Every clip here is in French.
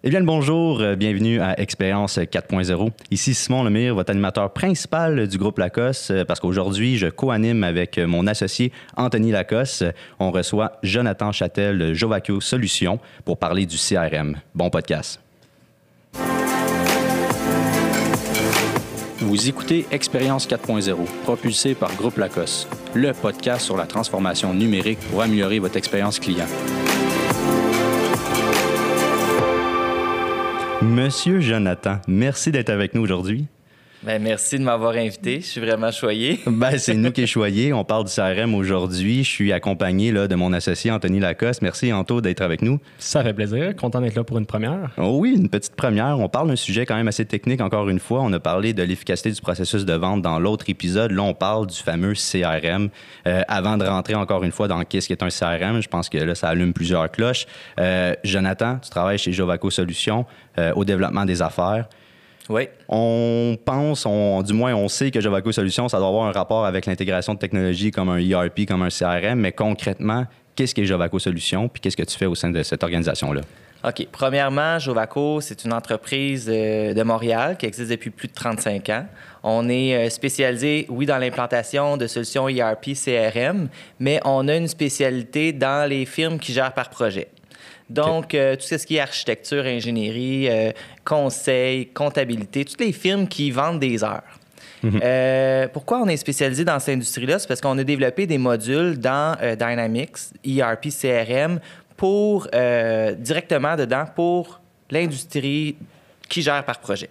Eh bien, le bonjour, bienvenue à Expérience 4.0. Ici Simon Lemire, votre animateur principal du groupe Lacoste, parce qu'aujourd'hui, je co-anime avec mon associé Anthony Lacoste. On reçoit Jonathan Châtel de Jovacco Solutions pour parler du CRM. Bon podcast. Vous écoutez Expérience 4.0, propulsé par Groupe Lacoste, le podcast sur la transformation numérique pour améliorer votre expérience client. Monsieur Jonathan, merci d'être avec nous aujourd'hui. Ben, merci de m'avoir invité. Je suis vraiment choyé. C'est nous qui sommes choyés. On parle du CRM aujourd'hui. Je suis accompagné de mon associé Anthony Lacoste. Merci, Anto, d'être avec nous. Ça fait plaisir. Content d'être là pour une première. Oh oui, une petite première. On parle d'un sujet quand même assez technique, encore une fois. On a parlé de l'efficacité du processus de vente dans l'autre épisode. Là, on parle du fameux CRM. Avant de rentrer encore une fois dans qu'est-ce qu'est un CRM, je pense que là, ça allume plusieurs cloches. Jonathan, tu travailles chez Jovacco Solutions au développement des affaires. Oui. On pense, du moins on sait que Jovacco Solutions, ça doit avoir un rapport avec l'intégration de technologies comme un ERP, comme un CRM, mais concrètement, qu'est-ce qu'est Jovacco Solutions, puis qu'est-ce que tu fais au sein de cette organisation-là? OK. Premièrement, Jovacco, c'est une entreprise de Montréal qui existe depuis plus de 35 ans. On est spécialisé, oui, dans l'implantation de solutions ERP, CRM, mais on a une spécialité dans les firmes qui gèrent par projet. Donc, tout ce qui est architecture, ingénierie, conseil, comptabilité, toutes les firmes qui vendent des heures. Pourquoi on est spécialisé dans cette industrie-là? C'est parce qu'on a développé des modules dans Dynamics, ERP, CRM, pour directement dedans pour l'industrie qui gère par projet.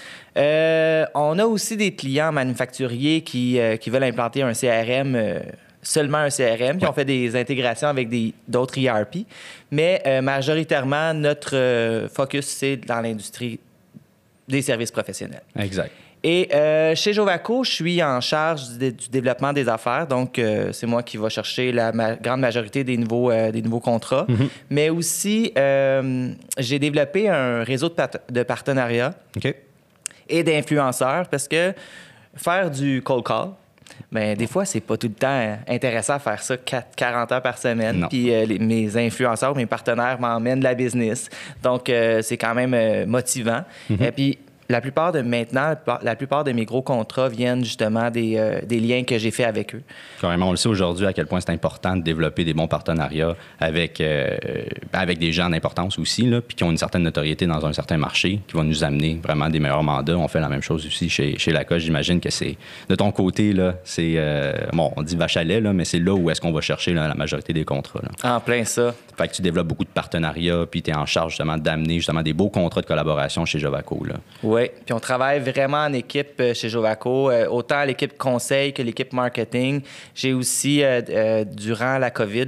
Ouais. On a aussi des clients manufacturiers qui veulent implanter un CRM seulement un CRM, puis on fait des intégrations avec d'autres ERP. Mais majoritairement, notre focus, c'est dans l'industrie des services professionnels. Exact. Et chez Jovacco, je suis en charge du développement des affaires. Donc, c'est moi qui va chercher la grande majorité des nouveaux contrats. Mais aussi, j'ai développé un réseau de partenariats et d'influenceurs parce que faire du cold call, bien, des fois, c'est pas tout le temps intéressant de faire ça 40 heures par semaine. Puis mes influenceurs, mes partenaires m'emmènent de la business. Donc, c'est quand même motivant. Et puis, la plupart de mes gros contrats viennent justement des liens que j'ai faits avec eux. Carrément, on le sait aujourd'hui à quel point c'est important de développer des bons partenariats avec des gens d'importance aussi, là, puis qui ont une certaine notoriété dans un certain marché, qui vont nous amener vraiment des meilleurs mandats. On fait la même chose aussi chez Lacoste. J'imagine que c'est, de ton côté, là, c'est, on dit vache à lait, là, mais c'est là où est-ce qu'on va chercher la majorité des contrats. Là. En plein ça. Fait que tu développes beaucoup de partenariats, puis tu es en charge justement d'amener justement des beaux contrats de collaboration chez Jovacco. Oui, puis on travaille vraiment en équipe chez Jovacco, autant l'équipe conseil que l'équipe marketing. J'ai aussi, durant la COVID,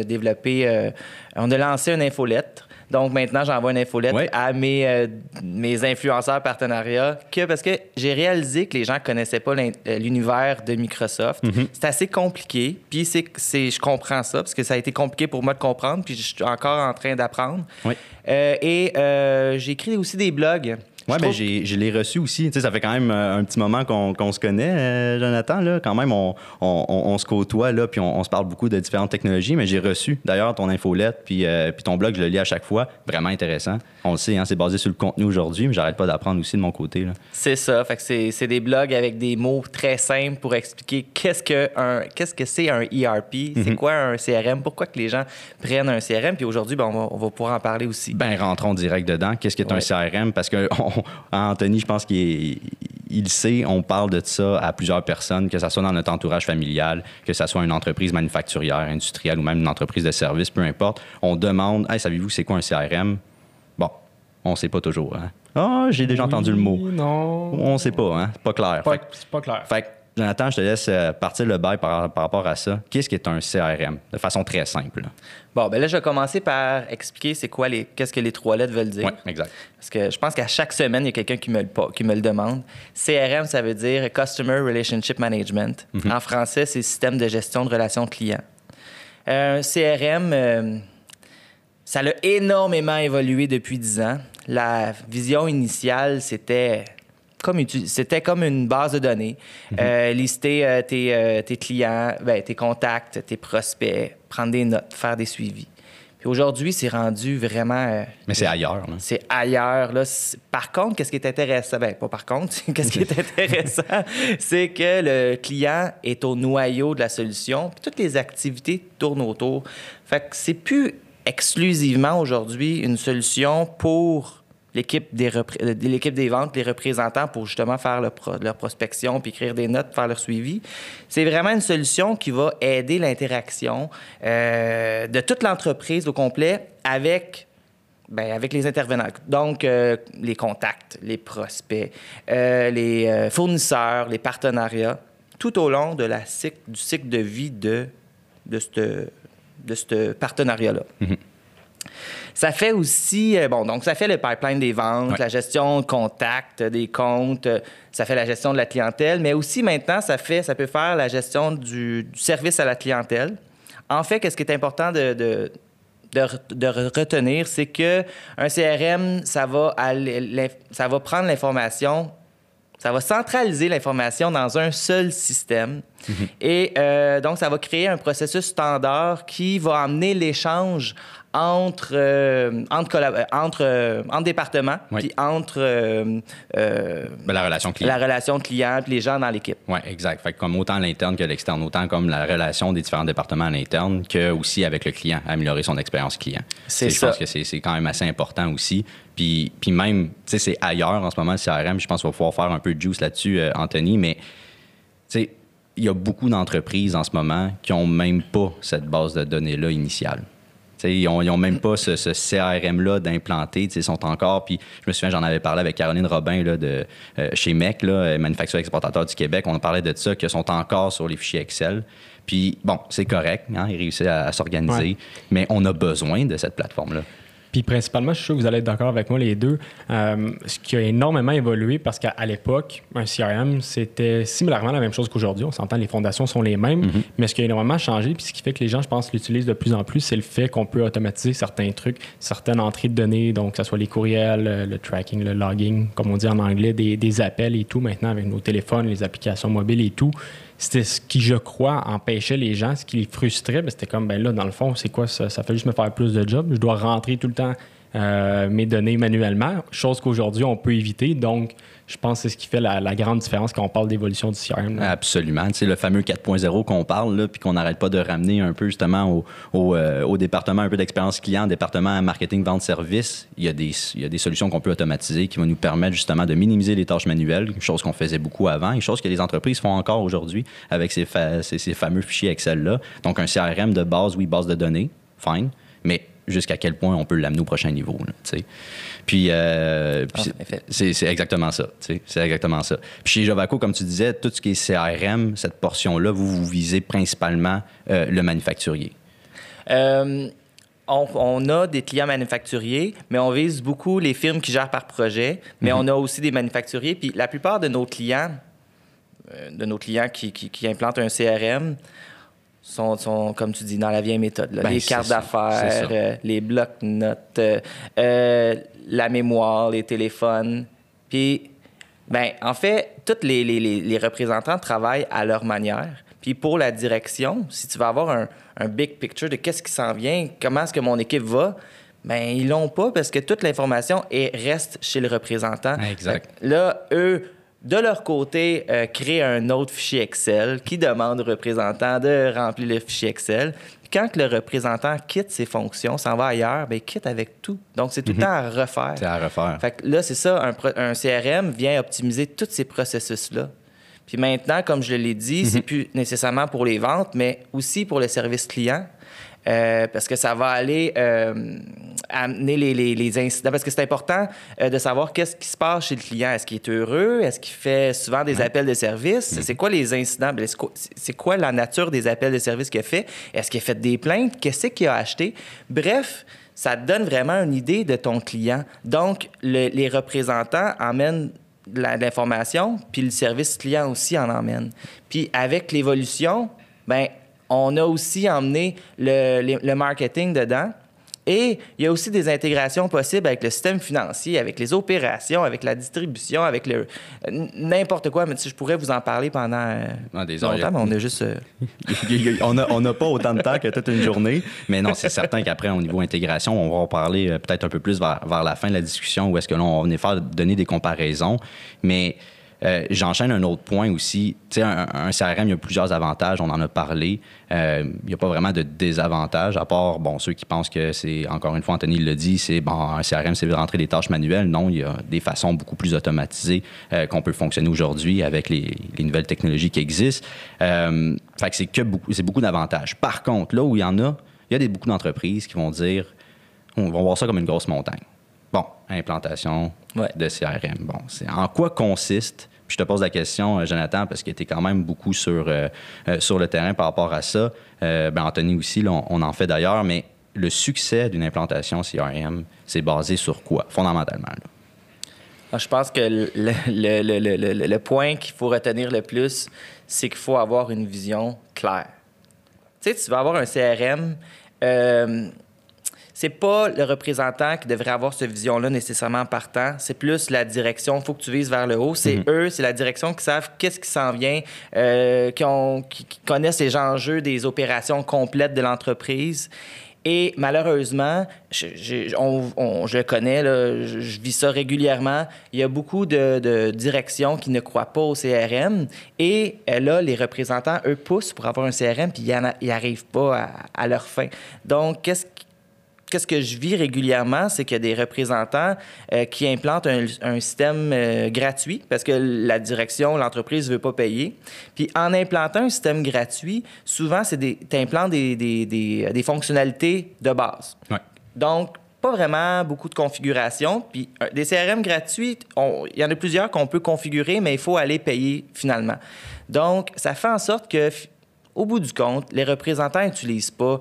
on a lancé une infolettre. Donc maintenant, j'envoie une infolettre à mes influenceurs partenariats parce que j'ai réalisé que les gens ne connaissaient pas l'univers de Microsoft. C'est assez compliqué. Puis je comprends ça parce que ça a été compliqué pour moi de comprendre. Puis je suis encore en train d'apprendre. J'ai écrit aussi des blogs. Oui, mais je l'ai reçu aussi. Tu sais, ça fait quand même un petit moment qu'on se connaît, Jonathan. Là. Quand même, on se côtoie, là, puis on se parle beaucoup de différentes technologies. Mais j'ai reçu, d'ailleurs, ton infolette, puis ton blog, je le lis à chaque fois. Vraiment intéressant. On le sait, hein, c'est basé sur le contenu aujourd'hui, mais j'arrête pas d'apprendre aussi de mon côté. Là. C'est ça. Fait que c'est des blogs avec des mots très simples pour expliquer qu'est-ce que c'est un ERP, c'est quoi un CRM, pourquoi que les gens prennent un CRM. Puis aujourd'hui, on va pouvoir en parler aussi. Ben, rentrons direct dedans. Qu'est-ce qu'est un CRM? Parce que Anthony, je pense qu'il sait, on parle de ça à plusieurs personnes, que ce soit dans notre entourage familial, que ce soit une entreprise manufacturière, industrielle ou même une entreprise de service, peu importe. On demande, hey, savez-vous c'est quoi un CRM? Bon, on ne sait pas toujours. Hein? Ah, j'ai déjà entendu le mot. Non. On ne sait pas, hein? C'est pas clair. C'est pas clair. Fait que, Jonathan, je te laisse partir le bail par rapport à ça. Qu'est-ce qui est un CRM? De façon très simple. Bon, ben là, je vais commencer par expliquer qu'est-ce que les 3 lettres veulent dire. Oui, exact. Parce que je pense qu'à chaque semaine, il y a quelqu'un qui me le demande. CRM, ça veut dire Customer Relationship Management. En français, c'est Système de gestion de relations clients. CRM, ça a énormément évolué depuis 10 ans. La vision initiale, c'était comme une base de données. Lister tes clients, tes contacts, tes prospects, prendre des notes, faire des suivis. Puis aujourd'hui, c'est rendu vraiment... Mais c'est ailleurs. Là. C'est ailleurs. Là. Par contre, qu'est-ce qui est intéressant? Ben, pas par contre. Qu'est-ce qui est intéressant? C'est que le client est au noyau de la solution. Puis toutes les activités tournent autour. Fait que c'est plus exclusivement aujourd'hui une solution pour l'équipe des ventes, les représentants pour justement faire leur prospection puis écrire des notes, faire leur suivi. C'est vraiment une solution qui va aider l'interaction de toute l'entreprise au complet avec les intervenants. Donc, les contacts, les prospects, les fournisseurs, les partenariats, tout au long du cycle de vie de ce partenariat-là. Mm-hmm. Ça fait aussi, donc ça fait le pipeline des ventes, la gestion de contacts, des comptes, ça fait la gestion de la clientèle, mais aussi maintenant, ça peut faire la gestion du service à la clientèle. En fait, ce qui est important de retenir, c'est qu'un CRM, ça va prendre l'information, ça va centraliser l'information dans un seul système. Mm-hmm. Et donc, ça va créer un processus standard qui va amener l'échange entre départements, puis entre la relation client. La relation client puis les gens dans l'équipe. Oui, exact. Fait que comme autant l'interne que l'externe, autant comme la relation des différents départements à l'interne que aussi avec le client, améliorer son expérience client. C'est ça. Je pense que c'est quand même assez important aussi. Puis même, tu sais, c'est ailleurs en ce moment le CRM. Je pense qu'il va pouvoir faire un peu de juice là-dessus, Anthony, mais tu sais, il y a beaucoup d'entreprises en ce moment qui n'ont même pas cette base de données-là initiale. Ils n'ont même pas ce CRM-là d'implanter. Ils sont encore... Puis je me souviens, j'en avais parlé avec Caroline Robin là, de chez MEC, là, Manufacturier Exportateur du Québec. On parlait de ça, qu'ils sont encore sur les fichiers Excel. Puis bon, c'est correct. Hein, ils réussissent à s'organiser. Mais on a besoin de cette plateforme-là. Puis principalement, je suis sûr que vous allez être d'accord avec moi les deux, ce qui a énormément évolué parce qu'à l'époque, un CRM, c'était similairement la même chose qu'aujourd'hui. On s'entend, les fondations sont les mêmes, mais ce qui a énormément changé, puis ce qui fait que les gens, je pense, l'utilisent de plus en plus, c'est le fait qu'on peut automatiser certains trucs, certaines entrées de données, donc que ce soit les courriels, le tracking, le logging, comme on dit en anglais, des appels et tout, maintenant avec nos téléphones, les applications mobiles et tout. C'était ce qui, je crois, empêchait les gens, ce qui les frustrait. C'était comme, là, dans le fond, c'est quoi ça? Ça fait juste me faire plus de job. Je dois rentrer tout le temps mes données manuellement, chose qu'aujourd'hui, on peut éviter. Donc, je pense que c'est ce qui fait la grande différence quand on parle d'évolution du CRM. Là. Absolument. Tu sais, le fameux 4.0 qu'on parle, là, puis qu'on n'arrête pas de ramener un peu justement au département un peu d'expérience client, département marketing, vente, service. Il y a des solutions qu'on peut automatiser qui vont nous permettre justement de minimiser les tâches manuelles, chose qu'on faisait beaucoup avant, et chose que les entreprises font encore aujourd'hui avec ces fameux fichiers Excel-là. Donc, un CRM de base, oui, base de données, fine, mais jusqu'à quel point on peut l'amener au prochain niveau. Là, puis c'est exactement ça. C'est exactement ça. Puis chez Jovaco, comme tu disais, tout ce qui est CRM, cette portion-là, vous visez principalement le manufacturier. On a des clients manufacturiers, mais on vise beaucoup les firmes qui gèrent par projet, mais on a aussi des manufacturiers. Puis la plupart de nos clients qui implantent un CRM, sont, comme tu dis, dans la vieille méthode. Là. Les cartes d'affaires, les blocs-notes, la mémoire, les téléphones. Puis, en fait, tous les représentants travaillent à leur manière. Puis pour la direction, si tu veux avoir un big picture de qu'est-ce qui s'en vient, comment est-ce que mon équipe va, ils l'ont pas parce que toute l'information reste chez le représentant. Exact. Là, eux... de leur côté, créer un autre fichier Excel qui demande au représentant de remplir le fichier Excel. Puis quand le représentant quitte ses fonctions, s'en va ailleurs, il quitte avec tout. Donc, c'est tout le temps à refaire. C'est à refaire. Fait que là, c'est ça, un CRM vient optimiser tous ces processus-là. Puis maintenant, comme je l'ai dit, c'est plus nécessairement pour les ventes, mais aussi pour le service client. Parce que ça va aller amener les incidents. Parce que c'est important de savoir qu'est-ce qui se passe chez le client. Est-ce qu'il est heureux? Est-ce qu'il fait souvent des appels de service? C'est quoi les incidents? C'est quoi la nature des appels de service qu'il a fait? Est-ce qu'il a fait des plaintes? Qu'est-ce qu'il a acheté? Bref, ça te donne vraiment une idée de ton client. Donc, les représentants emmènent de l'information, puis le service client aussi en emmène. Puis avec l'évolution, on a aussi emmené le marketing dedans. Et il y a aussi des intégrations possibles avec le système financier, avec les opérations, avec la distribution, avec n'importe quoi. Mais je pourrais vous en parler pendant des longtemps, mais on a juste... on n'a pas autant de temps que toute une journée. Mais non, c'est certain qu'après, au niveau intégration, on va en parler peut-être un peu plus vers la fin de la discussion où est-ce que là, on va donner des comparaisons. Mais j'enchaîne un autre point aussi. Tu sais, un CRM, il y a plusieurs avantages. On en a parlé. Il n'y a pas vraiment de désavantages, à part, ceux qui pensent que c'est, encore une fois, Anthony l'a dit, c'est, un CRM, c'est de rentrer des tâches manuelles. Non, il y a des façons beaucoup plus automatisées qu'on peut fonctionner aujourd'hui avec les nouvelles technologies qui existent. Fait que c'est beaucoup d'avantages. Par contre, là où il y a beaucoup d'entreprises qui vont dire, on va voir ça comme une grosse montagne. Bon, implantation de CRM. Bon, c'est en quoi consiste? Puis je te pose la question, Jonathan, parce que tu es quand même beaucoup sur le terrain par rapport à ça. Anthony aussi, là, on en fait d'ailleurs, mais le succès d'une implantation CRM, c'est basé sur quoi, fondamentalement? Là? Je pense que le point qu'il faut retenir le plus, c'est qu'il faut avoir une vision claire. Tu sais, tu vas avoir un CRM... c'est pas le représentant qui devrait avoir cette vision-là nécessairement en partant. C'est plus la direction. Il faut que tu vises vers le haut. C'est eux, c'est la direction qui savent qu'est-ce qui s'en vient, qui connaissent les enjeux des opérations complètes de l'entreprise. Et malheureusement, je le connais, là, je vis ça régulièrement, il y a beaucoup de directions qui ne croient pas au CRM. Et là, les représentants, eux, poussent pour avoir un CRM, puis ils n'arrivent pas à leur fin. Donc, qu'est-ce que je vis régulièrement, c'est qu'il y a des représentants qui implantent un système gratuit parce que la direction, l'entreprise ne veut pas payer. Puis en implantant un système gratuit, souvent, tu implantes des fonctionnalités de base. Ouais. Donc, pas vraiment beaucoup de configuration. Puis des CRM gratuits, il y en a plusieurs qu'on peut configurer, mais il faut aller payer finalement. Donc, ça fait en sorte que... Au bout du compte, les représentants n'utilisent pas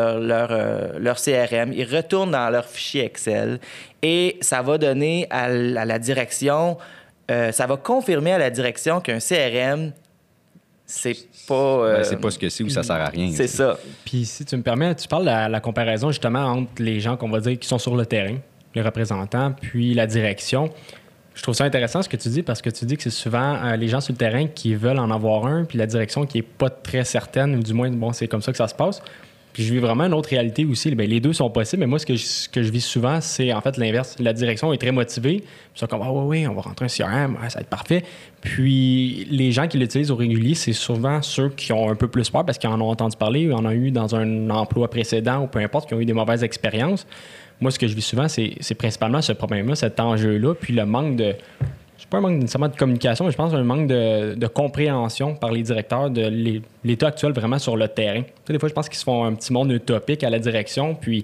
leur CRM. Ils retournent dans leur fichier Excel et ça va donner à la direction, ça va confirmer à la direction qu'un CRM, c'est pas... c'est pas ce que c'est ou ça sert à rien. C'est ça. Puis si tu me permets, tu parles de la comparaison justement entre les gens qu'on va dire qui sont sur le terrain, les représentants, puis la direction. Je trouve ça intéressant ce que tu dis parce que tu dis que c'est souvent les gens sur le terrain qui veulent en avoir un, puis la direction qui n'est pas très certaine, ou du moins, c'est comme ça que ça se passe. Puis je vis vraiment une autre réalité aussi. Bien, les deux sont possibles, mais moi, ce que je vis souvent, c'est en fait l'inverse. La direction est très motivée. Ils sont comme, oui, on va rentrer un CRM, ça va être parfait. Puis les gens qui l'utilisent au régulier, c'est souvent ceux qui ont un peu plus peur parce qu'ils en ont entendu parler ou en ont eu dans un emploi précédent ou peu importe, qui ont eu des mauvaises expériences. Moi, ce que je vis souvent, c'est principalement ce problème-là, cet enjeu-là, puis le manque de... C'est pas un manque nécessairement de communication, mais je pense un manque de compréhension par les directeurs de l'état actuel vraiment sur le terrain. Tu sais, des fois, je pense qu'ils se font un petit monde utopique à la direction, puis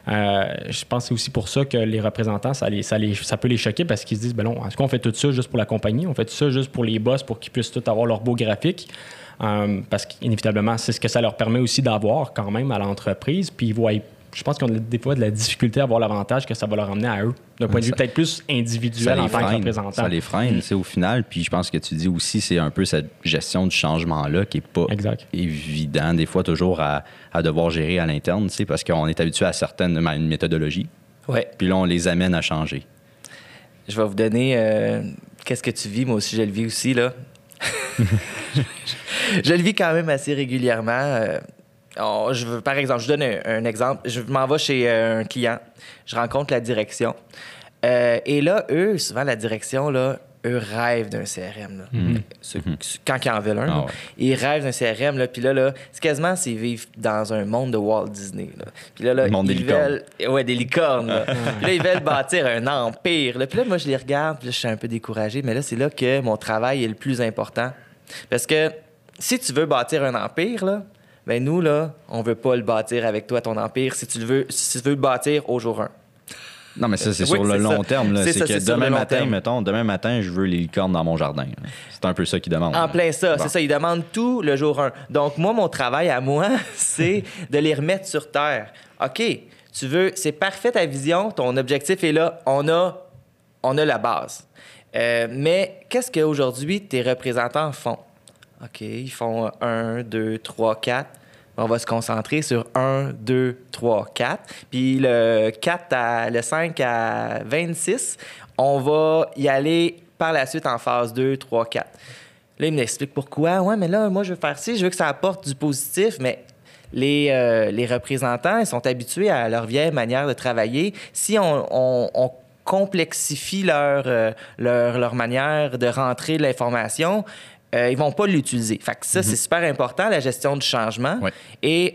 je pense que c'est aussi pour ça que les représentants, ça peut les choquer parce qu'ils se disent, non, est-ce qu'on fait tout ça juste pour la compagnie? On fait tout ça juste pour les boss, pour qu'ils puissent tous avoir leur beau graphique? Parce qu'inévitablement, c'est ce que ça leur permet aussi d'avoir quand même à l'entreprise, puis ils voient... Je pense qu'on a des fois de la difficulté à avoir l'avantage que ça va leur amener à eux, d'un point de vue peut-être plus individuel en tant que représentant. Ça les freine, au final. Puis je pense que tu dis aussi, c'est un peu cette gestion du changement-là qui n'est pas évident, des fois, toujours à devoir gérer à l'interne, parce qu'on est habitué à une méthodologie. Ouais. Puis là, on les amène à changer. Je vais vous donner qu'est-ce que tu vis. Moi aussi, je le vis aussi, là. Je le vis quand même assez régulièrement. Par exemple, je donne un exemple. Je m'en vais chez un client. Je rencontre la direction. Et là, eux, souvent, la direction, là, eux rêvent d'un CRM. Là. Quand ils en veulent un, ils rêvent d'un CRM. Là, puis là, c'est quasiment s'ils vivent dans un monde de Walt Disney. Là. Puis là, le monde des licornes. Ouais, des licornes. Là. Puis là, ils veulent bâtir un empire. Là. Puis là, moi, je les regarde. Puis là, je suis un peu découragé. Mais là, c'est là que mon travail est le plus important. Parce que si tu veux bâtir un empire, là, ben nous, là, on veut pas le bâtir avec toi, ton empire, si tu veux le bâtir au jour 1. Non, mais ça, c'est sur le long terme. Là. C'est que demain matin, je veux les licornes dans mon jardin. Là. C'est un peu ça qu'ils demandent. En plein ça, c'est ça. Ils demandent tout le jour 1. Donc, moi, mon travail à moi, c'est de les remettre sur terre. OK, c'est parfait ta vision, ton objectif est là, on a la base. Mais qu'est-ce qu'aujourd'hui tes représentants font? OK, ils font 1, 2, 3, 4. on va se concentrer sur 1, 2, 3, 4. Puis le 5 à 26, on va y aller par la suite en phase 2, 3, 4. Là, il m'explique pourquoi. Ouais, mais là, moi, je veux faire ci, je veux que ça apporte du positif, mais les représentants, ils sont habitués à leur vieille manière de travailler. Si on complexifie leur manière de rentrer de l'information, ils vont pas l'utiliser. Fait que ça, c'est super important, la gestion du changement. Ouais. Et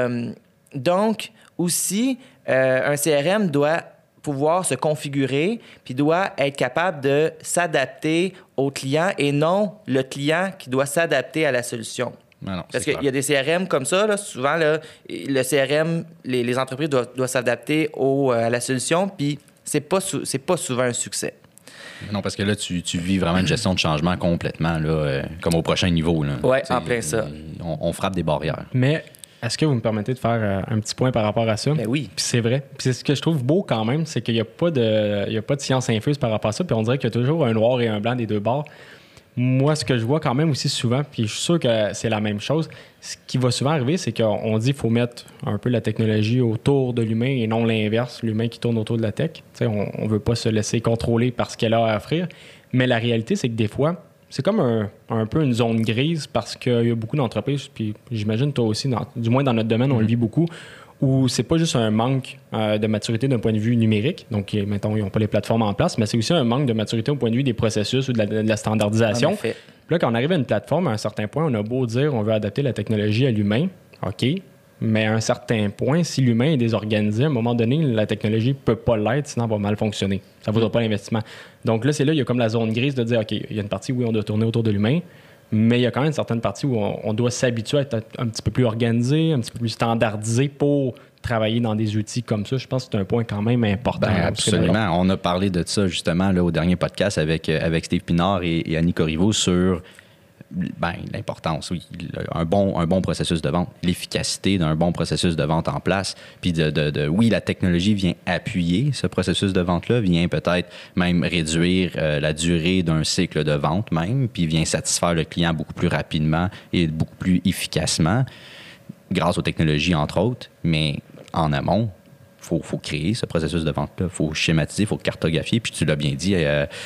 donc, aussi, un CRM doit pouvoir se configurer puis doit être capable de s'adapter au client et non le client qui doit s'adapter à la solution. Non, Parce qu'il y a des CRM comme ça, là, souvent, là, le CRM, les entreprises doivent s'adapter à la solution, puis c'est pas souvent un succès. Non, parce que là, tu vis vraiment une gestion de changement complètement, là, comme au prochain niveau. Oui, en plein ça. On frappe des barrières. Mais est-ce que vous me permettez de faire un petit point par rapport à ça? Ben oui. Puis c'est vrai. Puis c'est ce que je trouve beau quand même, c'est qu'il n'y a pas de science infuse par rapport à ça. Puis on dirait qu'il y a toujours un noir et un blanc des deux bords. Moi, ce que je vois quand même aussi souvent, puis je suis sûr que c'est la même chose, ce qui va souvent arriver, c'est qu'on dit qu'il faut mettre un peu la technologie autour de l'humain et non l'inverse, l'humain qui tourne autour de la tech. T'sais, on ne veut pas se laisser contrôler par ce qu'elle a à offrir. Mais la réalité, c'est que des fois, c'est comme un peu une zone grise parce qu'il y a beaucoup d'entreprises, puis j'imagine toi aussi, du moins dans notre domaine, on le vit beaucoup, où c'est pas juste un manque de maturité d'un point de vue numérique, donc mettons, ils n'ont pas les plateformes en place, mais c'est aussi un manque de maturité au point de vue des processus ou de la standardisation. En effet. Puis là, quand on arrive à une plateforme, à un certain point, on a beau dire on veut adapter la technologie à l'humain, OK, mais à un certain point, si l'humain est désorganisé, à un moment donné, la technologie ne peut pas l'être, sinon elle va mal fonctionner. Ça ne vaudra pas l'investissement. Donc là, c'est là, il y a comme la zone grise de dire, OK, il y a une partie où on doit tourner autour de l'humain, mais il y a quand même une certaine partie où on doit s'habituer à être un petit peu plus organisé, un petit peu plus standardisé pour travailler dans des outils comme ça. Je pense que c'est un point quand même important. Ben, absolument. On a parlé de ça justement là, au dernier podcast avec Steve Pinard et Annie Corriveau sur l'importance, oui, un bon processus de vente, l'efficacité d'un bon processus de vente en place, puis oui, la technologie vient appuyer ce processus de vente-là, vient peut-être même réduire la durée d'un cycle de vente même, puis vient satisfaire le client beaucoup plus rapidement et beaucoup plus efficacement, grâce aux technologies, entre autres, mais en amont, il faut créer ce processus de vente-là. Il faut schématiser, il faut cartographier. Puis tu l'as bien dit,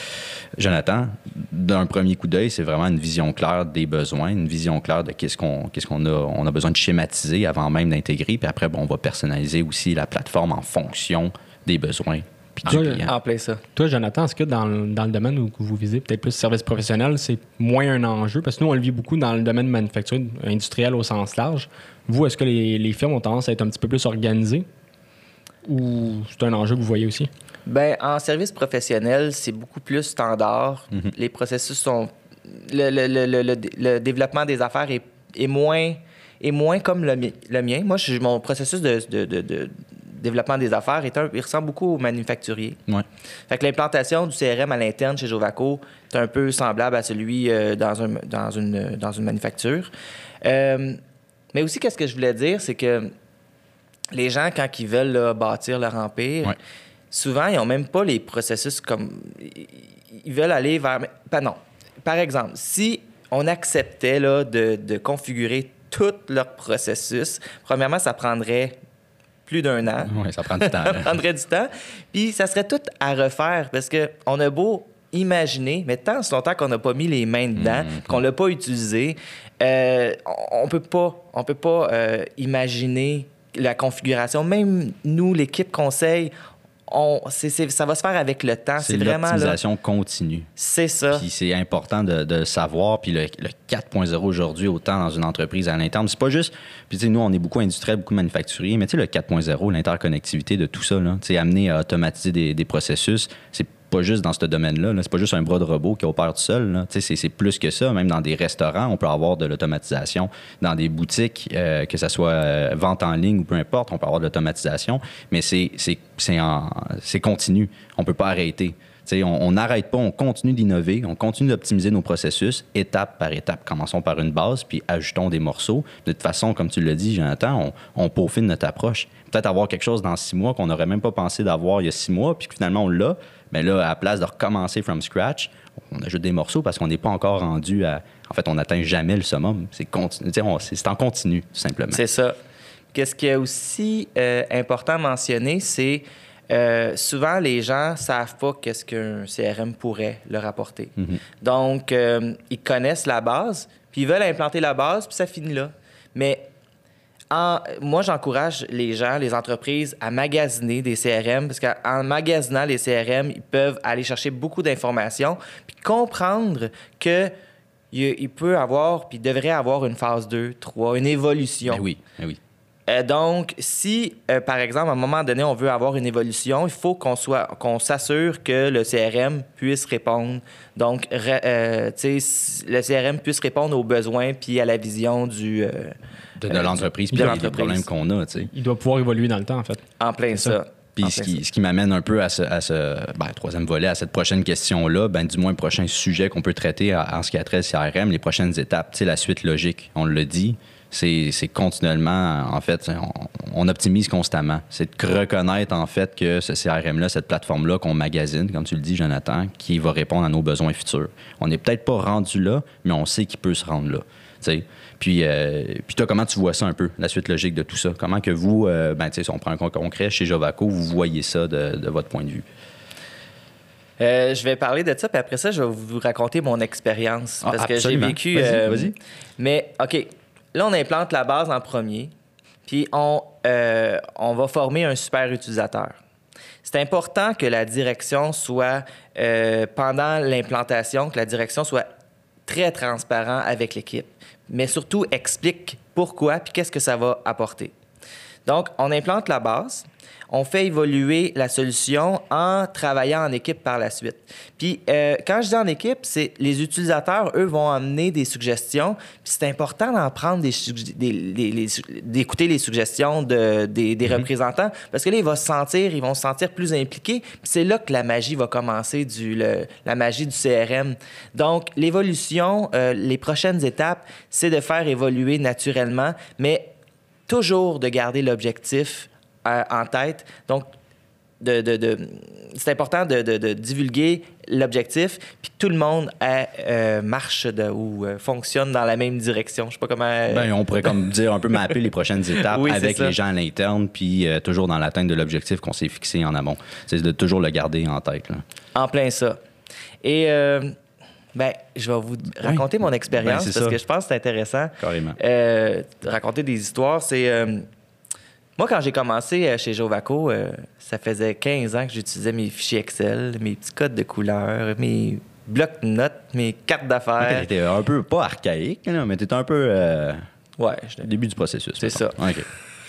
Jonathan, d'un premier coup d'œil, c'est vraiment une vision claire des besoins, une vision claire de qu'est-ce qu'on a. On a besoin de schématiser avant même d'intégrer. Puis après, on va personnaliser aussi la plateforme en fonction des besoins puis du client. En plein ça. Toi, Jonathan, est-ce que dans le domaine où vous visez, peut-être plus service professionnel, c'est moins un enjeu? Parce que nous, on le vit beaucoup dans le domaine manufacturier, industriel au sens large. Vous, est-ce que les firmes ont tendance à être un petit peu plus organisées? Ou c'est un enjeu que vous voyez aussi? Bien, en service professionnel, c'est beaucoup plus standard. Mm-hmm. Les processus sont... Le développement des affaires est moins comme le mien. Moi, mon processus de développement des affaires, il ressemble beaucoup au manufacturier. Ouais. Fait que l'implantation du CRM à l'interne chez Jovaco est un peu semblable à celui dans une manufacture. Mais aussi, qu'est-ce que je voulais dire, c'est que les gens, quand ils veulent là, bâtir leur empire, ouais. Souvent, ils n'ont même pas les processus comme... Ils veulent aller vers... Non. Par exemple, si on acceptait là, de configurer tout leur processus, premièrement, ça prendrait plus d'1 an. Oui, ça prend du temps. Ça prendrait du temps. Puis ça serait tout à refaire parce qu'on a beau imaginer, mais tant si longtemps qu'on n'a pas mis les mains dedans, qu'on ne l'a pas utilisé, on peut pas imaginer la configuration. Même nous, l'équipe conseil, ça va se faire avec le temps. C'est vraiment l'optimisation continue. C'est ça. Puis c'est important de le savoir. Puis le 4.0 aujourd'hui, autant dans une entreprise à l'interne, c'est pas juste... Puis tu sais, nous, on est beaucoup industriel, beaucoup manufacturier, mais tu sais, le 4.0, l'interconnectivité de tout ça, là, tu sais, amener à automatiser des processus, c'est pas juste dans ce domaine-là. Là. C'est pas juste un bras de robot qui opère tout seul. Là. C'est plus que ça. Même dans des restaurants, on peut avoir de l'automatisation. Dans des boutiques, que ce soit vente en ligne ou peu importe, on peut avoir de l'automatisation. Mais c'est continu. On peut pas arrêter. On n'arrête pas, on continue d'innover, on continue d'optimiser nos processus étape par étape. Commençons par une base, puis ajoutons des morceaux. De toute façon, comme tu l'as dit, Jonathan, on peaufine notre approche. Peut-être avoir quelque chose dans 6 mois qu'on n'aurait même pas pensé d'avoir il y a 6 mois, puis que finalement on l'a, Mais là, à la place de recommencer from scratch, on ajoute des morceaux parce qu'on n'est pas encore rendu à... En fait, on n'atteint jamais le summum. C'est en continu, tout simplement. C'est ça. Qu'est-ce qui est aussi important à mentionner, c'est souvent, les gens ne savent pas qu'est-ce qu'un CRM pourrait leur apporter. Donc, ils connaissent la base, puis ils veulent implanter la base, puis ça finit là. Mais moi, j'encourage les gens, les entreprises, à magasiner des CRM, parce qu'en magasinant les CRM, ils peuvent aller chercher beaucoup d'informations, puis comprendre que il peut avoir, puis devrait avoir une phase 2, 3, une évolution. Ben oui, ben oui. Donc, si, par exemple, à un moment donné, on veut avoir une évolution, il faut qu'on s'assure que le CRM puisse répondre. Donc, le CRM puisse répondre aux besoins puis à la vision de l'entreprise puis des problèmes qu'on a. T'sais. Il doit pouvoir évoluer dans le temps, en fait. En plein ça. Puis ce qui m'amène un peu à ce troisième volet, à cette prochaine question-là, du moins prochain sujet qu'on peut traiter en ce qui a trait au CRM, les prochaines étapes, la suite logique, on l'a dit. C'est continuellement, en fait, on optimise constamment. C'est de reconnaître, en fait, que ce CRM-là, cette plateforme-là qu'on magasine, comme tu le dis, Jonathan, qui va répondre à nos besoins futurs. On n'est peut-être pas rendu là, mais on sait qu'il peut se rendre là. T'sais. Puis toi, comment tu vois ça un peu, la suite logique de tout ça? Comment que vous, si on prend un cas concret, chez Jovaco, vous voyez ça de votre point de vue? Je vais parler de ça, puis après ça, je vais vous raconter mon expérience. Parce que j'ai vécu... Vas-y. Mais, OK, là, on implante la base en premier, puis on va former un super utilisateur. C'est important que la direction soit, pendant l'implantation, que la direction soit très transparent avec l'équipe, mais surtout explique pourquoi puis qu'est-ce que ça va apporter. Donc, on implante la base, on fait évoluer la solution en travaillant en équipe par la suite. Puis, quand je dis en équipe, c'est les utilisateurs, eux, vont amener des suggestions. Puis, c'est important d'en prendre d'écouter les suggestions des représentants parce que là, ils vont se sentir plus impliqués. Puis, c'est là que la magie va commencer, la magie du CRM. Donc, l'évolution, les prochaines étapes, c'est de faire évoluer naturellement, mais toujours de garder l'objectif en tête. Donc, c'est important de divulguer l'objectif, puis tout le monde marche ou fonctionne dans la même direction. Je sais pas comment... on pourrait comme dire un peu mapper les prochaines étapes avec les gens à l'interne, puis toujours dans l'atteinte de l'objectif qu'on s'est fixé en amont. C'est de toujours le garder en tête. Là. En plein ça. Et... je vais vous raconter mon expérience parce que je pense que c'est intéressant. Carrément. Raconter des histoires, c'est... moi, quand j'ai commencé chez Jovaco, ça faisait 15 ans que j'utilisais mes fichiers Excel, mes petits codes de couleurs, mes blocs-notes, mes cartes d'affaires. T'étais un peu, pas archaïque, là, mais t'étais un peu... au début du processus. C'est ça. OK.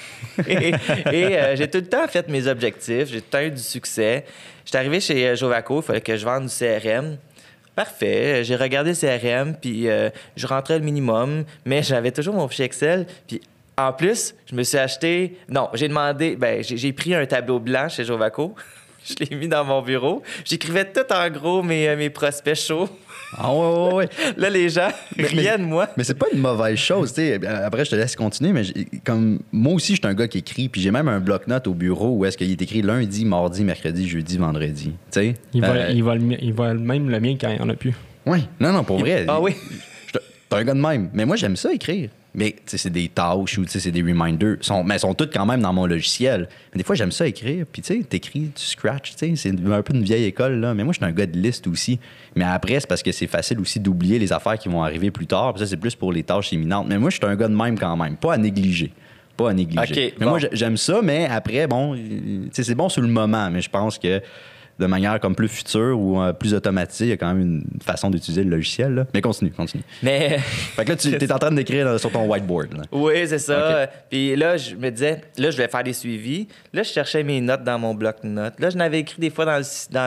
et j'ai tout le temps fait mes objectifs, j'ai tout le temps eu du succès. J'étais arrivé chez Jovaco, il fallait que je vende du CRM. Parfait. J'ai regardé le CRM, puis je rentrais le minimum, mais j'avais toujours mon fichier Excel. Puis en plus, je me suis acheté... Non, j'ai demandé... j'ai pris un tableau blanc chez Jovaco. Je l'ai mis dans mon bureau. J'écrivais tout en gros mes prospects chauds. Ah ouais. Là, les gens riaient de moi. Mais c'est pas une mauvaise chose, tu sais. Après, je te laisse continuer, mais comme moi aussi, je suis un gars qui écrit, puis j'ai même un bloc-notes au bureau où est-ce qu'il est écrit lundi, mardi, mercredi, jeudi, vendredi. Tu sais. Il va même le mien quand il n'y en a plus. Oui. Non, pour vrai. Ah oui. T'es un gars de même. Mais moi, j'aime ça écrire. Mais c'est des tâches ou c'est des reminders. Mais elles sont toutes quand même dans mon logiciel. Mais des fois, j'aime ça écrire. Puis tu sais, t'écris, tu scratches. C'est un peu une vieille école, là. Mais moi, je suis un gars de liste aussi. Mais après, c'est parce que c'est facile aussi d'oublier les affaires qui vont arriver plus tard. Puis ça, c'est plus pour les tâches imminentes. Mais moi, je suis un gars de même quand même. Pas à négliger. Okay, mais moi, j'aime ça. Mais après, c'est bon sur le moment. Mais je pense que de manière comme plus future ou plus automatisée, il y a quand même une façon d'utiliser le logiciel. Là. Mais continue. Mais... Fait que là, tu es en train d'écrire sur ton whiteboard. Là. Oui, c'est ça. Okay. Puis là, je me disais, là, je vais faire des suivis. Là, je cherchais mes notes dans mon bloc-notes. Là, je n'avais écrit des fois dans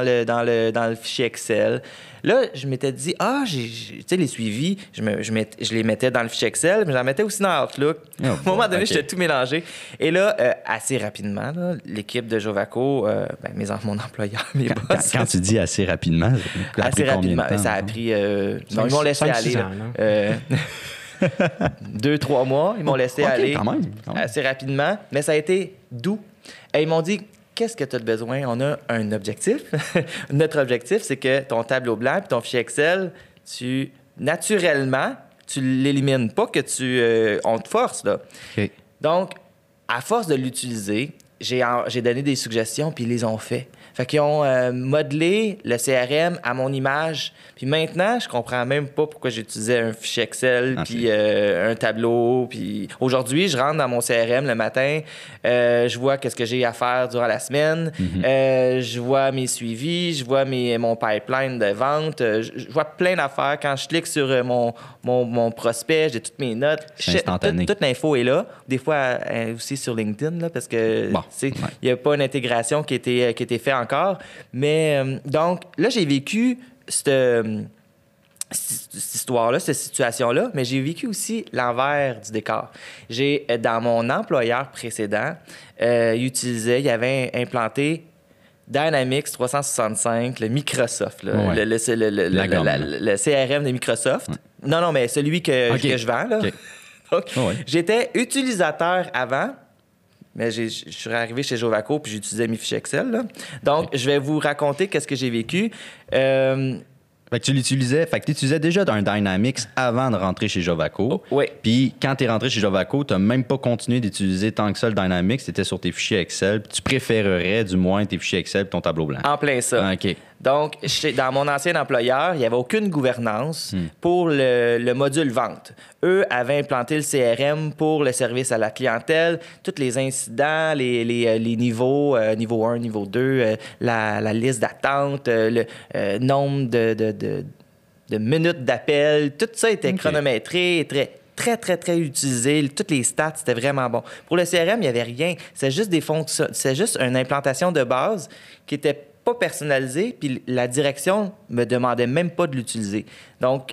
le fichier Excel. Là, je m'étais dit, tu sais, les suivis, je les mettais dans le fichier Excel, mais j'en mettais aussi dans Outlook. À un moment donné, j'étais tout mélangé. Et là, assez rapidement, là, l'équipe de Jovaco, mon employeur, mes boss... Quand tu dis assez rapidement, assez rapidement, ça a pris... non, ils m'ont laissé aller. 2-3 mois, ils m'ont laissé aller quand même. assez rapidement, mais ça a été doux. Et ils m'ont dit, qu'est-ce que tu as de besoin? On a un objectif. Notre objectif, c'est que ton tableau blanc et ton fichier Excel, naturellement, tu l'élimines pas, que on te force, là. OK. Donc, à force de l'utiliser, j'ai donné des suggestions, puis ils les ont fait. Fait qu'ils ont modelé le CRM à mon image. Puis maintenant, je comprends même pas pourquoi j'utilisais un fichier Excel, puis un tableau. Puis aujourd'hui, je rentre dans mon CRM le matin, je vois qu'est-ce que j'ai à faire durant la semaine, je vois mes suivis, je vois mon pipeline de vente, je vois plein d'affaires. Quand je clique sur mon prospect, j'ai toutes mes notes. C'est instantané. Toute l'info est là. Des fois, aussi sur LinkedIn, là, parce que il n'y a pas une intégration qui a été faite encore. Mais donc, là, j'ai vécu cette histoire-là, cette situation-là, mais j'ai vécu aussi l'envers du décor. Dans mon employeur précédent, il avait implanté Dynamics 365, le Microsoft, là, le CRM de Microsoft. Ouais. Non, mais celui que je vends. Là. Okay. Donc, j'étais utilisateur avant, mais je suis arrivé chez Jovaco puis j'utilisais mes fichiers Excel. Là. Donc, je vais vous raconter qu'est-ce que j'ai vécu. Fait que tu utilisais déjà un Dynamics avant de rentrer chez Jovaco. Oui. Puis quand tu es rentré chez Jovaco, tu n'as même pas continué d'utiliser tant que ça le Dynamics. Tu étais sur tes fichiers Excel. Puis tu préférerais du moins tes fichiers Excel et ton tableau blanc. En plein ça. Ah, OK. Donc, dans mon ancien employeur, il n'y avait aucune gouvernance pour le module vente. Eux avaient implanté le CRM pour le service à la clientèle, tous les incidents, les niveaux, niveau 1, niveau 2, la liste d'attente, le nombre de minutes d'appel, tout ça était chronométré, très utilisé. Toutes les stats, c'était vraiment bon. Pour le CRM, il n'y avait rien. C'est juste c'est juste une implantation de base qui était pas personnalisé, puis la direction me demandait même pas de l'utiliser. Donc,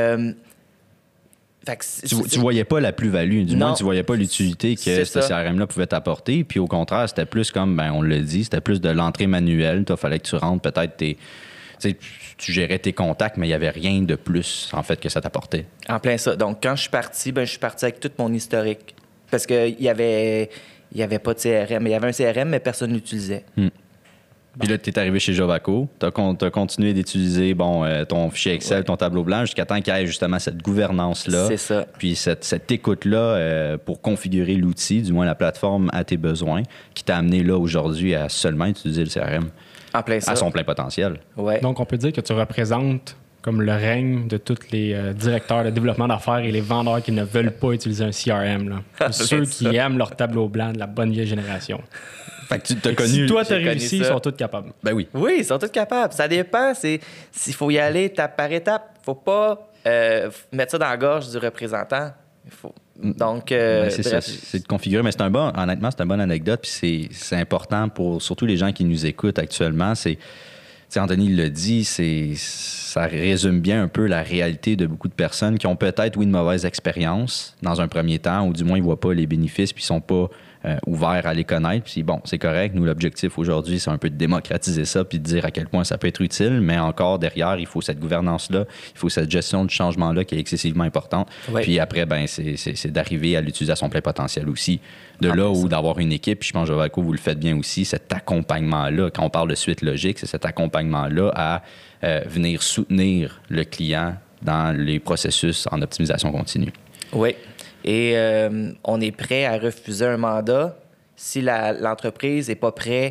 tu voyais pas la plus-value, du moins tu voyais pas l'utilité que ce CRM-là pouvait t'apporter, puis au contraire, c'était plus comme, on l'a dit, c'était plus de l'entrée manuelle. Il fallait que tu rentres peut-être tu gérais tes contacts, mais il n'y avait rien de plus, en fait, que ça t'apportait. En plein ça. Donc, quand je suis parti, je suis parti avec tout mon historique. Parce qu'il y avait pas de CRM. Il y avait un CRM, mais personne ne l'utilisait. Puis là, tu es arrivé chez Jovaco, tu as continué d'utiliser ton fichier Excel, ton tableau blanc, jusqu'à temps qu'il y ait justement cette gouvernance-là. C'est ça. Puis cette écoute-là pour configurer l'outil, du moins la plateforme à tes besoins, qui t'a amené là aujourd'hui à seulement utiliser le CRM en plein ça. À son plein potentiel. Ouais. Donc, on peut dire que tu représentes comme le règne de tous les directeurs de développement d'affaires et les vendeurs qui ne veulent pas utiliser un CRM. Là. Ceux qui aiment leur tableau blanc de la bonne vieille génération. Fait que tu t'as connu. Si toi, tu as réussi, ils sont tous capables. Ben oui. Oui, ils sont tous capables. Ça dépend. S'il faut y aller étape par étape. Il ne faut pas mettre ça dans la gorge du représentant. Donc, c'est ça, c'est de configurer. Mais honnêtement, c'est une bonne anecdote. Puis c'est important pour surtout les gens qui nous écoutent actuellement. Anthony l'a dit, ça résume bien un peu la réalité de beaucoup de personnes qui ont peut-être, une mauvaise expérience dans un premier temps, ou du moins, ils ne voient pas les bénéfices, puis ils ne sont pas ouverts à les connaître. Puis bon, c'est correct. Nous, l'objectif aujourd'hui, c'est un peu de démocratiser ça, puis de dire à quel point ça peut être utile. Mais encore, derrière, il faut cette gouvernance-là, il faut cette gestion du changement-là qui est excessivement importante. Oui. Puis après, c'est d'arriver à l'utiliser à son plein potentiel aussi. De là où d'avoir une équipe, puis je pense que Jovaco, vous le faites bien aussi, cet accompagnement-là, quand on parle de suite logique, c'est cet accompagnement-là à venir soutenir le client dans les processus en optimisation continue. Oui. Et on est prêt à refuser un mandat si l'entreprise n'est pas prêt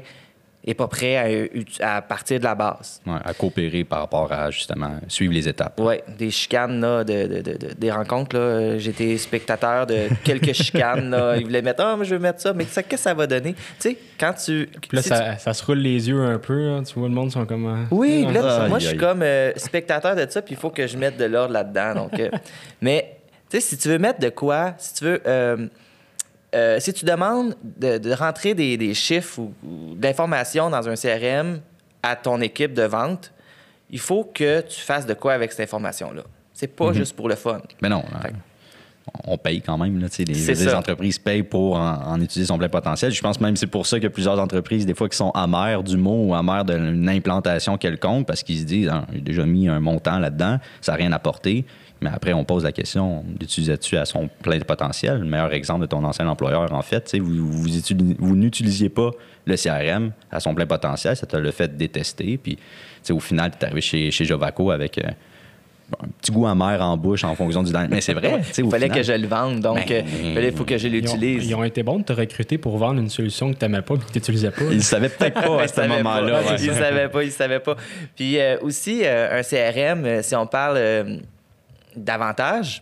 à partir de la base. Ouais, à coopérer par rapport à, justement, suivre les étapes. Oui, des chicanes, là, des rencontres. Là, j'étais spectateur de quelques chicanes. Là. Ils voulaient mettre « Ah, mais je veux mettre ça. » Mais qu'est-ce que ça va donner? Tu sais, quand tu... Puis là, ça se roule les yeux un peu. Hein, tu vois, le monde sont comme... Oui, là, moi, je suis comme spectateur de ça, puis il faut que je mette de l'ordre là-dedans. Donc, mais, tu sais, si tu veux mettre de quoi, si tu veux... si tu demandes de rentrer des chiffres ou d'informations dans un CRM à ton équipe de vente, il faut que tu fasses de quoi avec cette information-là. C'est pas juste pour le fun. Mais non. on paye quand même. Là, C'est les ça. entreprises payent pour en utiliser son plein potentiel. Je pense même que c'est pour ça que plusieurs entreprises, des fois, qui sont amères du mot ou amères d'une implantation quelconque, parce qu'ils se disent, ah, j'ai déjà mis un montant là-dedans, ça n'a rien apporté. Mais après, on pose la question, l'utilisais-tu à son plein potentiel? Le meilleur exemple de ton ancien employeur, en fait, vous n'utilisiez pas le CRM à son plein potentiel, ça t'a le fait détester. Puis, au final, tu es arrivé chez Jovaco avec un petit goût amer en bouche en fonction du... Mais c'est vrai. Il fallait que je le vende, donc il faut que je l'utilise. Ils ont été bons de te recruter pour vendre une solution que tu n'aimais pas et que tu n'utilisais pas. Ils ne savaient peut-être pas à ce moment-là. Ouais. Ils ne savaient pas. Puis aussi, un CRM, si on parle d'avantages,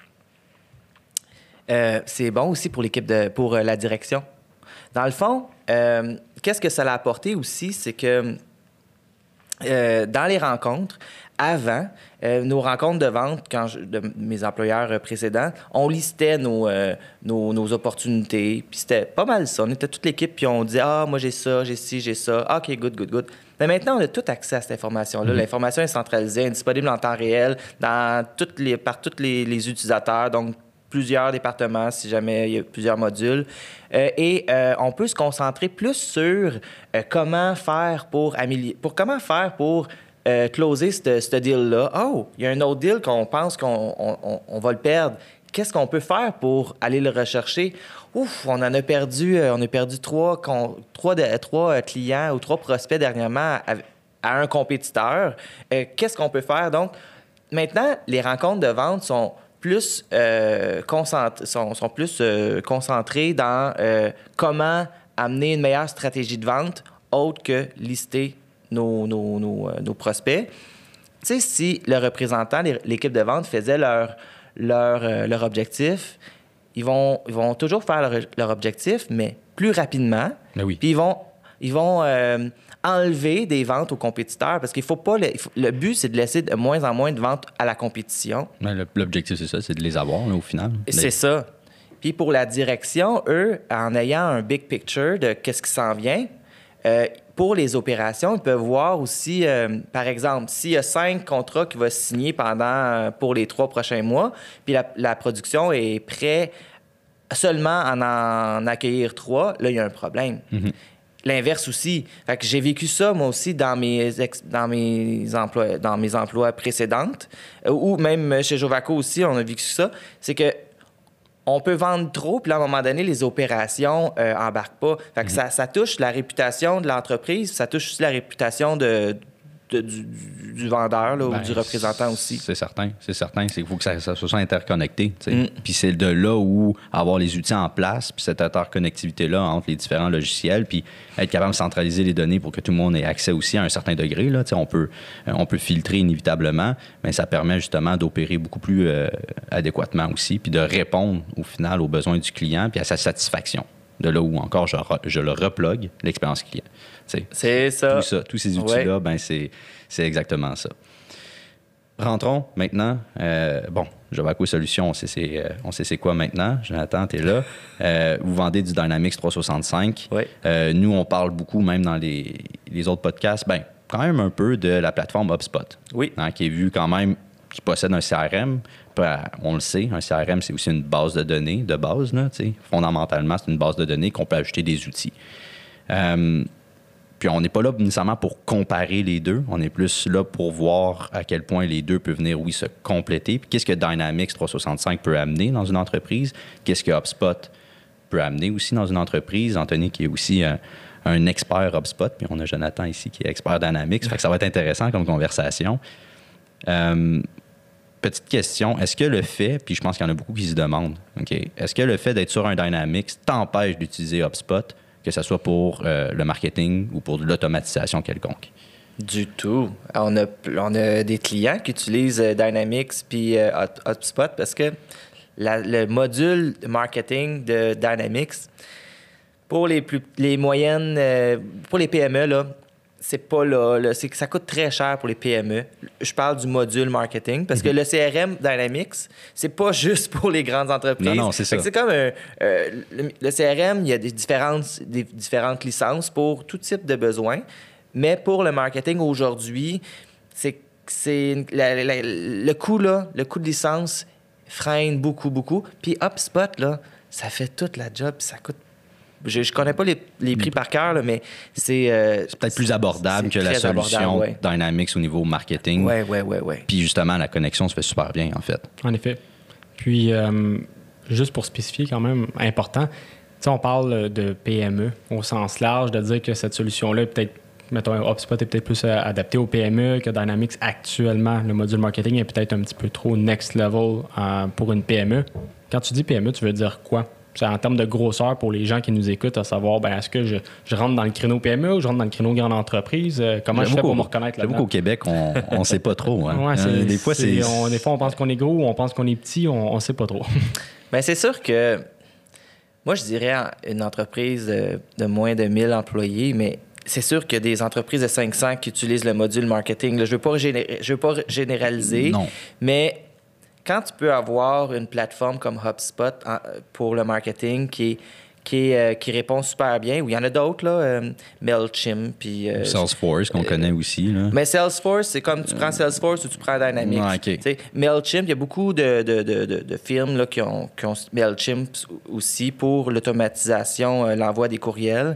c'est bon aussi pour l'équipe, pour la direction. Dans le fond, qu'est-ce que ça a apporté aussi, c'est que dans les rencontres, avant, nos rencontres de vente, de mes employeurs précédents, on listait nos opportunités. Puis c'était pas mal ça. On était toute l'équipe, puis on disait « Ah, moi, j'ai ça, j'ai ci, j'ai ça. Ah, OK, good. » Mais maintenant, on a tout accès à cette information-là. L'information est centralisée, disponible en temps réel par tous les utilisateurs, donc plusieurs départements, si jamais il y a plusieurs modules. Et on peut se concentrer plus sur comment faire pour closer ce deal-là. Oh, il y a un autre deal qu'on pense qu'on va le perdre. Qu'est-ce qu'on peut faire pour aller le rechercher? Ouf, on a perdu trois clients ou 3 prospects dernièrement à un compétiteur. Qu'est-ce qu'on peut faire? Donc, maintenant, les rencontres de vente sont plus concentrées dans comment amener une meilleure stratégie de vente autre que lister nos prospects. Tu sais, si le représentant, l'équipe de vente faisait leur objectif, ils vont toujours faire leur objectif, mais plus rapidement. Mais oui. Puis ils vont enlever des ventes aux compétiteurs parce qu'il faut pas... Le but, c'est de laisser de moins en moins de ventes à la compétition. Mais l'objectif, c'est ça, c'est de les avoir là, au final. C'est ça. Puis pour la direction, eux, en ayant un big picture de qu'est-ce qui s'en vient, pour les opérations, ils peuvent voir aussi, par exemple, s'il y a 5 contrats qui vont se signer pour les 3 prochains mois, puis la production est prête seulement à en accueillir 3, là, il y a un problème. Mm-hmm. L'inverse aussi. Fait que j'ai vécu ça, moi aussi, dans mes emplois précédentes, ou même chez Jovaco aussi, on a vécu ça. C'est que on peut vendre trop, puis là, à un moment donné, les opérations embarquent pas. Fait que ça touche la réputation de l'entreprise, ça touche aussi la réputation du vendeur là, ou du représentant aussi. C'est certain. Il faut que ça soit interconnecté. Puis c'est de là où avoir les outils en place, puis cette interconnectivité-là entre les différents logiciels, puis être capable de centraliser les données pour que tout le monde ait accès aussi à un certain degré. Là. On peut filtrer inévitablement, mais ça permet justement d'opérer beaucoup plus adéquatement aussi, puis de répondre au final aux besoins du client, puis à sa satisfaction. De là où encore je le replogue, l'expérience client. C'est ça. Tous ces outils-là, ben c'est exactement ça. Rentrons maintenant. Jovaco Solutions, on sait c'est quoi maintenant. Jonathan, tu es là. Vous vendez du Dynamics 365. Oui. Nous, on parle beaucoup, même dans les autres podcasts, quand même un peu de la plateforme HubSpot. Oui. Qui est vue quand même, qui possède un CRM. On le sait, un CRM, c'est aussi une base de données de base. Là, fondamentalement, c'est une base de données qu'on peut ajouter des outils. Puis on n'est pas là nécessairement pour comparer les deux. On est plus là pour voir à quel point les deux peuvent venir, se compléter. Puis qu'est-ce que Dynamics 365 peut amener dans une entreprise? Qu'est-ce que HubSpot peut amener aussi dans une entreprise? Anthony qui est aussi un expert HubSpot. Puis on a Jonathan ici qui est expert Dynamics. Fait que ça va être intéressant comme conversation. Petite question, est-ce que le fait, puis je pense qu'il y en a beaucoup qui se demandent, est-ce que le fait d'être sur un Dynamics t'empêche d'utiliser HubSpot, que ce soit pour le marketing ou pour de l'automatisation quelconque? Du tout. On a des clients qui utilisent Dynamics puis HubSpot parce que le module de marketing de Dynamics, pour les moyennes, pour les PME, là, c'est pas là, c'est que ça coûte très cher pour les PME. Je parle du module marketing parce que le CRM Dynamics, c'est pas juste pour les grandes entreprises. Non, c'est ça. C'est comme le CRM, il y a des différentes licences pour tout type de besoins, mais pour le marketing aujourd'hui, c'est le coût de licence freine beaucoup, beaucoup. Puis HubSpot, là, ça fait toute la job, puis ça coûte... Je connais pas les prix par cœur, là, mais c'est peut-être plus abordable que la solution Dynamics au niveau marketing. Oui. Puis justement, la connexion se fait super bien, en fait. En effet. Puis, juste pour spécifier quand même, important, tu sais, on parle de PME au sens large, de dire que cette solution-là est peut-être, mettons, HubSpot est peut-être plus adapté aux PME que Dynamics actuellement. Le module marketing est peut-être un petit peu trop next level pour une PME. Quand tu dis PME, tu veux dire quoi? C'est en termes de grosseur pour les gens qui nous écoutent, à savoir, est-ce que je rentre dans le créneau PME ou je rentre dans le créneau grande entreprise? Comment je fais pour me reconnaître là-dedans? J'avoue qu'au Québec, on ne sait pas trop. Hein? Ouais, des fois, on pense qu'on est gros ou on pense qu'on est petit, on ne sait pas trop. Bien, c'est sûr que, moi, je dirais une entreprise de moins de 1000 employés, mais c'est sûr qu'il y a des entreprises de 500 qui utilisent le module marketing. Là, je ne veux pas généraliser, non. Mais... Quand tu peux avoir une plateforme comme HubSpot pour le marketing qui répond super bien, ou il y en a d'autres, là, Mailchimp, puis... Salesforce, qu'on connaît aussi. Là. Mais Salesforce, c'est comme tu prends Salesforce ou tu prends Dynamics. Okay. Mailchimp, il y a beaucoup de firmes là, qui ont Mailchimp aussi pour l'automatisation, l'envoi des courriels.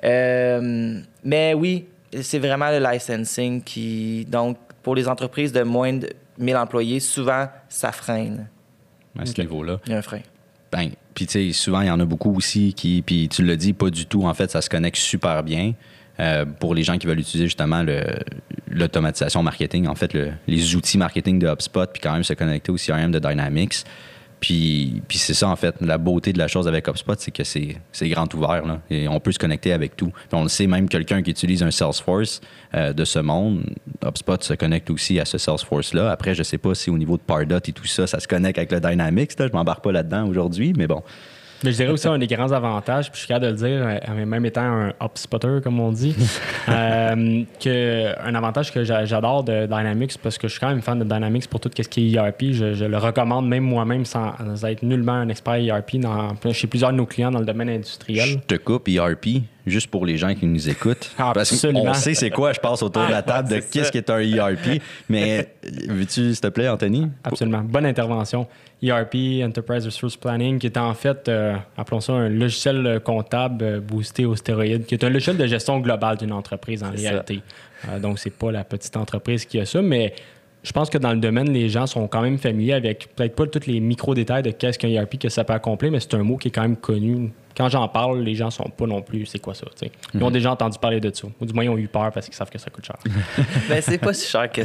Mais oui, c'est vraiment le licensing qui... Donc, pour les entreprises de moins de 1000 employés, souvent, ça freine. À ce niveau-là. Il y a un frein. Puis tu sais, souvent, il y en a beaucoup aussi qui, puis tu l'as dit, pas du tout. En fait, ça se connecte super bien pour les gens qui veulent utiliser justement l'automatisation marketing, en fait, les outils marketing de HubSpot, puis quand même se connecter au CRM de Dynamics. Puis c'est ça, en fait, la beauté de la chose avec HubSpot, c'est que c'est grand ouvert, là, et on peut se connecter avec tout. Puis on le sait, même quelqu'un qui utilise un Salesforce de ce monde, HubSpot se connecte aussi à ce Salesforce-là. Après, je sais pas si au niveau de Pardot et tout ça, ça se connecte avec le Dynamics, là, je m'embarque pas là-dedans aujourd'hui, mais bon. Mais je dirais aussi un des grands avantages, puis je suis capable de le dire, même étant un HubSpotter, comme on dit, un avantage que j'adore de Dynamics, parce que je suis quand même fan de Dynamics pour tout ce qui est ERP. Je le recommande même moi-même sans être nullement un expert ERP chez plusieurs de nos clients dans le domaine industriel. Je te coupe ERP, juste pour les gens qui nous écoutent. Parce qu'on sait c'est quoi, je passe autour de la table de qu'est-ce qu'est un ERP. Mais veux-tu, s'il te plaît, Anthony? Absolument. Bonne intervention. ERP, Enterprise Resource Planning, qui est en fait, appelons ça un logiciel comptable boosté aux stéroïdes, qui est un logiciel de gestion globale d'une entreprise en réalité. Donc, c'est pas la petite entreprise qui a ça, mais je pense que dans le domaine, les gens sont quand même familiers avec peut-être pas tous les micro-détails de qu'est-ce qu'un ERP, que ça peut accomplir, mais c'est un mot qui est quand même connu. Quand j'en parle, les gens sont pas non plus, c'est quoi ça? T'sais. Ils ont déjà entendu parler de ça. Ou du moins, ils ont eu peur parce qu'ils savent que ça coûte cher. Ben, c'est pas si cher que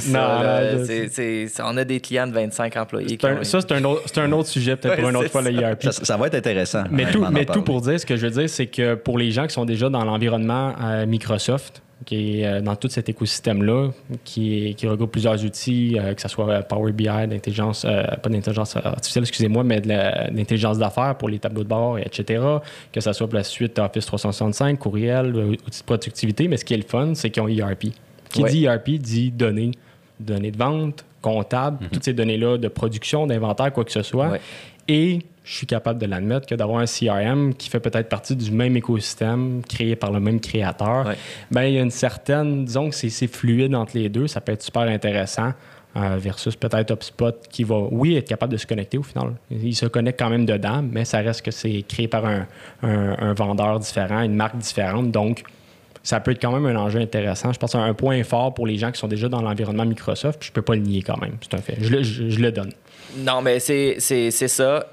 ça. On a des clients de 25 employés. C'est un autre sujet, peut-être pour une autre fois, le ERP. Ça va être intéressant. Mais tout pour dire, ce que je veux dire, c'est que pour les gens qui sont déjà dans l'environnement Microsoft, qui est dans tout cet écosystème-là, qui regroupe plusieurs outils, que ce soit Power BI, d'intelligence, pas d'intelligence artificielle, excusez-moi, mais de l'intelligence d'affaires pour les tableaux de bord, etc., que ce soit pour la suite Office 365, courriel, outils de productivité. Mais ce qui est le fun, c'est qu'ils ont ERP. Qui dit ERP dit données de vente, comptable, toutes ces données-là de production, d'inventaire, quoi que ce soit. Ouais. Et je suis capable de l'admettre que d'avoir un CRM qui fait peut-être partie du même écosystème, créé par le même créateur, il y a une certaine, disons que c'est fluide entre les deux, ça peut être super intéressant versus peut-être HubSpot qui va, oui, être capable de se connecter au final. Il se connecte quand même dedans, mais ça reste que c'est créé par un vendeur différent, une marque différente, donc ça peut être quand même un enjeu intéressant. Je pense que c'est un point fort pour les gens qui sont déjà dans l'environnement Microsoft, puis je peux pas le nier quand même, c'est un fait. Je le donne. Non, mais c'est ça.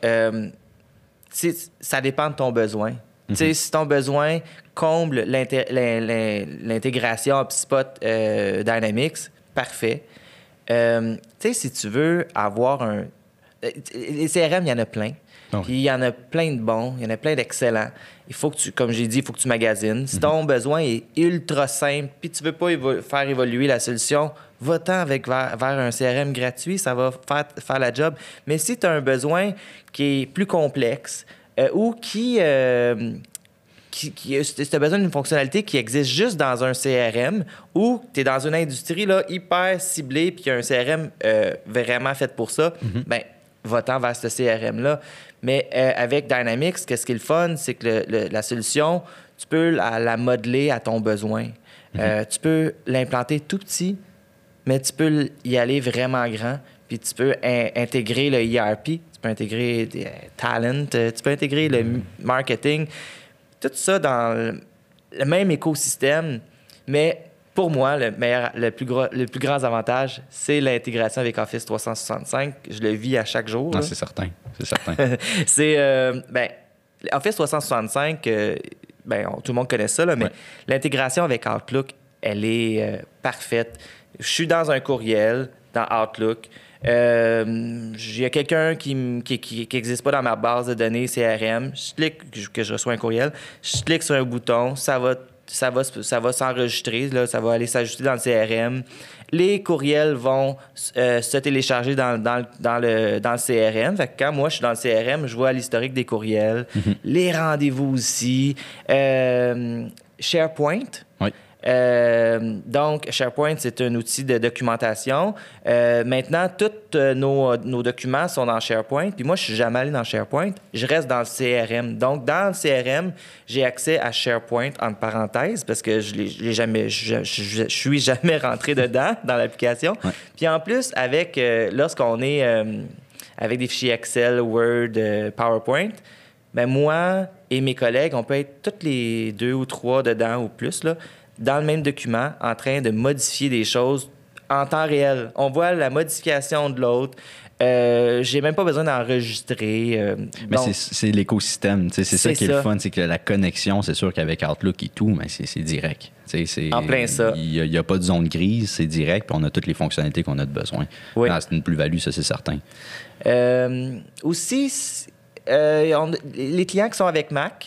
Ça dépend de ton besoin. Si ton besoin comble l'intégration HubSpot Dynamics, parfait. Si tu veux avoir les CRM, il y en a plein. Puis il y en a plein de bons, il y en a plein d'excellents. Il faut que tu, comme j'ai dit, il faut que tu magasines. Si ton besoin est ultra simple, puis tu veux pas faire évoluer la solution, va-t'en vers un CRM gratuit, ça va faire la job. Mais si tu as un besoin qui est plus complexe ou si tu as besoin d'une fonctionnalité qui existe juste dans un CRM ou tu es dans une industrie là, hyper ciblée puis il y a un CRM vraiment fait pour ça, va-t'en vers ce CRM-là. Mais avec Dynamics, qu'est-ce qui est le fun, c'est que la solution, tu peux la modeler à ton besoin. Tu peux l'implanter tout petit, mais tu peux y aller vraiment grand, puis tu peux intégrer le ERP. Tu peux intégrer des talent, tu peux intégrer le marketing, tout ça dans le même écosystème. Mais pour moi, le plus grand avantage, c'est l'intégration avec Office 365. Je le vis à chaque jour. Ah, c'est certain. Office 365, tout le monde connaît ça, là, mais l'intégration avec Outlook, elle est parfaite. Je suis dans un courriel, dans Outlook. Il y a quelqu'un qui n'existe pas dans ma base de données CRM. Je clique, que je reçois un courriel. Je clique sur un bouton, ça va s'enregistrer, là, ça va aller s'ajouter dans le CRM. Les courriels vont se télécharger dans le CRM. Fait que quand moi, je suis dans le CRM, je vois l'historique des courriels, les rendez-vous aussi. SharePoint. Oui. Donc, SharePoint, c'est un outil de documentation. Maintenant, tous nos documents sont dans SharePoint. Puis moi, je suis jamais allé dans SharePoint. Je reste dans le CRM. Donc, dans le CRM, j'ai accès à SharePoint, entre parenthèses, parce que je suis jamais rentré dedans, dans l'application. Ouais. Puis en plus, lorsqu'on est avec des fichiers Excel, Word, PowerPoint, ben moi et mes collègues, on peut être toutes les 2 ou 3 dedans ou plus, là, dans le même document, en train de modifier des choses en temps réel. On voit la modification de l'autre. J'ai même pas besoin d'enregistrer. Mais c'est l'écosystème. C'est ça qui est le fun. C'est que la connexion, c'est sûr qu'avec Outlook et tout, mais c'est direct. En plein ça. Il n'y a pas de zone grise, c'est direct, puis on a toutes les fonctionnalités qu'on a de besoin. Oui. C'est une plus-value, ça, c'est certain. Aussi, les clients qui sont avec Mac,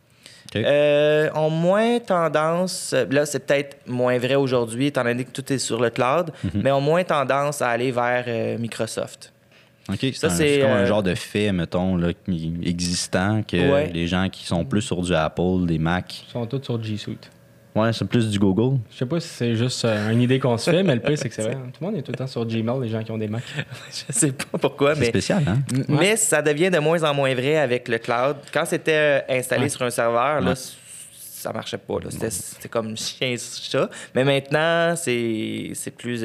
ont moins tendance, là c'est peut-être moins vrai aujourd'hui étant donné que tout est sur le cloud, mais ont moins tendance à aller vers Microsoft. OK, c'est comme un genre de fait, mettons, là, existant, que les gens qui sont plus sur du Apple, des Mac... Ils sont tous sur G Suite. Ouais, c'est plus du Google. Je sais pas si c'est juste une idée qu'on se fait, mais le pire, c'est que c'est vrai. Tout le monde est tout le temps sur Gmail, les gens qui ont des Macs. Je sais pas pourquoi, mais... C'est spécial, hein? Mais ça devient de moins en moins vrai avec le cloud. Quand c'était installé sur un serveur, là, ça marchait pas. Là. C'était comme chien-chat. Mais maintenant, c'est plus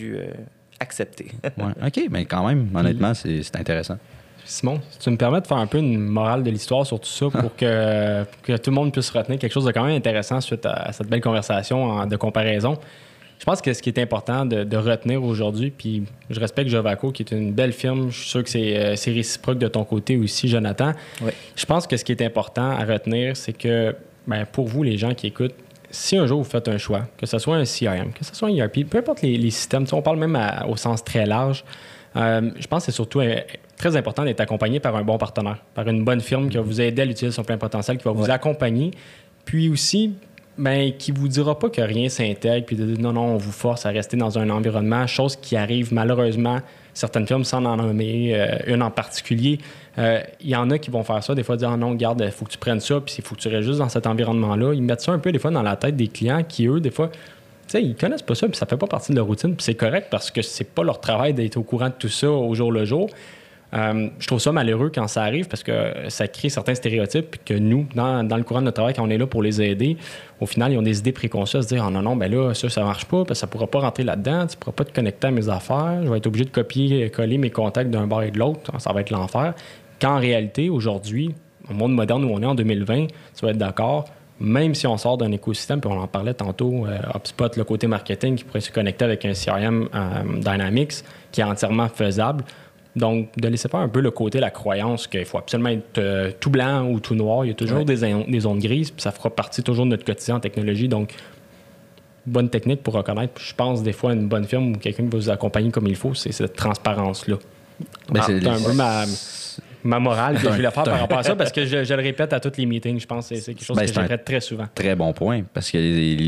accepté. Ouais. OK, mais quand même, honnêtement, c'est intéressant. Simon, si tu me permets de faire un peu une morale de l'histoire sur tout ça pour que tout le monde puisse retenir quelque chose de quand même intéressant suite à cette belle conversation de comparaison. Je pense que ce qui est important de retenir aujourd'hui, puis je respecte Jovaco, qui est une belle firme, je suis sûr que c'est réciproque de ton côté aussi, Jonathan. Oui. Je pense que ce qui est important à retenir, c'est que pour vous, les gens qui écoutent, si un jour vous faites un choix, que ce soit un CRM, que ce soit un ERP, peu importe les systèmes, on parle même au sens très large, je pense que c'est surtout très important d'être accompagné par un bon partenaire, par une bonne firme qui va vous aider à l'utiliser son plein potentiel, qui va vous accompagner, puis aussi qui ne vous dira pas que rien s'intègre, puis de dire non, on vous force à rester dans un environnement, chose qui arrive malheureusement, certaines firmes, sans en nommer une en particulier, il y en a qui vont faire ça, des fois dire non, regarde, il faut que tu prennes ça, puis il faut que tu restes juste dans cet environnement-là. Ils mettent ça un peu des fois dans la tête des clients qui, eux, des fois, ils connaissent pas ça, puis ça fait pas partie de leur routine, puis c'est correct parce que c'est pas leur travail d'être au courant de tout ça au jour le jour. Je trouve ça malheureux quand ça arrive parce que ça crée certains stéréotypes, puis que nous, dans le courant de notre travail, quand on est là pour les aider, au final, ils ont des idées préconçues à se dire « non, là, ça marche pas, parce que ça pourra pas rentrer là-dedans, tu pourras pas te connecter à mes affaires, je vais être obligé de copier-coller mes contacts d'un bord et de l'autre, ça va être l'enfer. » Qu'en réalité, aujourd'hui, au monde moderne où on est en 2020, tu vas être d'accord, même si on sort d'un écosystème, puis on en parlait tantôt, HubSpot, le côté marketing, qui pourrait se connecter avec un CRM Dynamics, qui est entièrement faisable. Donc, de laisser faire un peu le côté, la croyance qu'il faut absolument être tout blanc ou tout noir. Il y a toujours des zones grises, puis ça fera partie toujours de notre quotidien en technologie. Donc, bonne technique pour reconnaître. Je pense des fois une bonne firme ou quelqu'un qui va vous accompagner comme il faut, c'est cette transparence-là. C'est un peu ma morale que je voulais faire par rapport à ça, parce que je le répète à tous les meetings, je pense que c'est quelque chose que je répète très souvent. Très bon point, parce que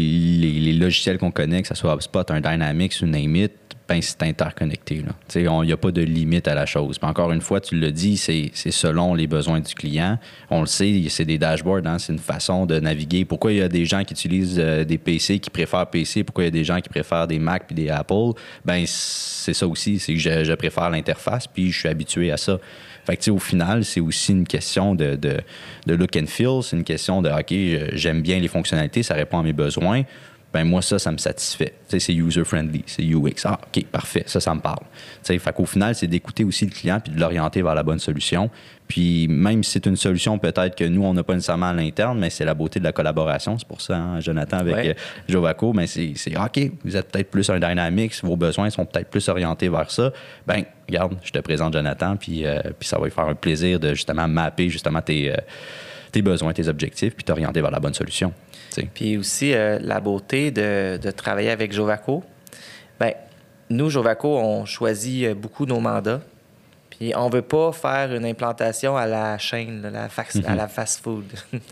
les logiciels qu'on connaît, que ce soit HubSpot, un Dynamics ou Name It, c'est interconnecté. Il n'y a pas de limite à la chose. Puis encore une fois, tu l'as dit, c'est selon les besoins du client. On le sait, c'est des dashboards, c'est une façon de naviguer. Pourquoi il y a des gens qui utilisent des PC, qui préfèrent PC, pourquoi il y a des gens qui préfèrent des Mac puis des Apple? C'est ça aussi, c'est que je préfère l'interface, puis je suis habitué à ça. Fait que, au final, c'est aussi une question de look and feel. C'est une question de, OK, j'aime bien les fonctionnalités, ça répond à mes besoins. ben moi, ça me satisfait. Tu sais, c'est user-friendly, c'est UX. Ah, OK, parfait, ça me parle. Tu sais, fait qu'au final, c'est d'écouter aussi le client puis de l'orienter vers la bonne solution. Puis même si c'est une solution peut-être que nous, on n'a pas nécessairement à l'interne, mais c'est la beauté de la collaboration. C'est pour ça, hein, Jonathan, avec Jovaco, ben c'est OK, vous êtes peut-être plus un Dynamics, vos besoins sont peut-être plus orientés vers ça. Ben regarde, je te présente Jonathan, puis ça va lui faire un plaisir de justement mapper justement tes besoins, tes objectifs, puis t'orienter vers la bonne solution. T'sais. Puis aussi, la beauté de travailler avec Jovaco, ben nous, Jovaco, on choisit beaucoup nos mandats. Puis on ne veut pas faire une implantation à la chaîne, à la fast-food.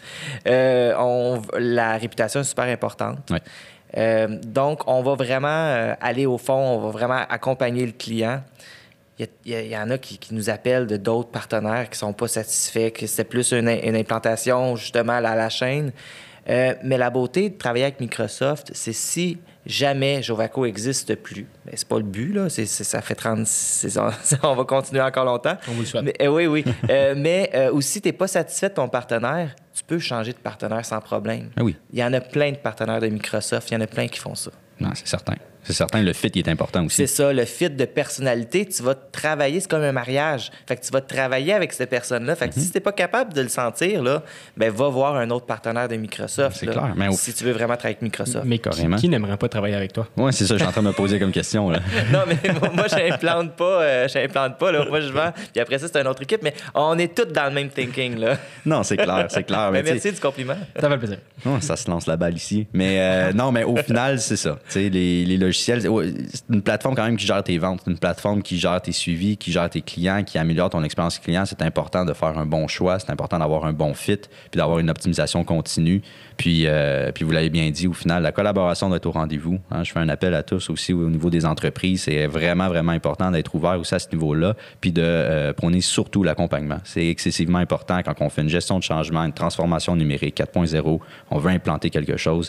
La réputation est super importante. Ouais. Donc, on va vraiment aller au fond, on va vraiment accompagner le client. Il y en a qui nous appellent de d'autres partenaires qui ne sont pas satisfaits, que c'est plus une implantation justement à la chaîne. Mais la beauté de travailler avec Microsoft, c'est si jamais Jovaco n'existe plus. Mais c'est pas le but, là. Ça fait 36 ans. On va continuer encore longtemps. On vous le souhaite. Mais, oui. Mais aussi, tu n'es pas satisfait de ton partenaire, tu peux changer de partenaire sans problème. Ah oui. Il y en a plein de partenaires de Microsoft. Il y en a plein qui font ça. Non, c'est certain. C'est certain, le fit il est important aussi. C'est ça, le fit de personnalité. Tu vas travailler, c'est comme un mariage. Fait que tu vas travailler avec cette personne-là. Fait que si tu n'es pas capable de le sentir, là, ben va voir un autre partenaire de Microsoft. C'est clair. Mais si tu veux vraiment travailler avec Microsoft. Mais qui n'aimerait pas travailler avec toi? Oui, c'est ça, je suis en train de me poser comme question. Là. Non, mais moi, je n'implante pas. Là. Moi, je vends. Puis après ça, c'est une autre équipe. Mais on est tous dans le même thinking. Là. Non, c'est clair, c'est clair. Mais merci du compliment. Ça fait plaisir. Non, ça se lance la balle ici. Mais non, mais au final, c'est ça. Tu sais, les logiciels, c'est une plateforme quand même qui gère tes ventes, une plateforme qui gère tes suivis, qui gère tes clients, qui améliore ton expérience client. C'est important de faire un bon choix, c'est important d'avoir un bon fit, puis d'avoir une optimisation continue. Puis vous l'avez bien dit, au final, la collaboration doit être au rendez-vous. Hein. Je fais un appel à tous aussi au niveau des entreprises. C'est vraiment, vraiment important d'être ouvert aussi à ce niveau-là, puis de prôner surtout l'accompagnement. C'est excessivement important quand on fait une gestion de changement, une transformation numérique 4.0, on veut implanter quelque chose.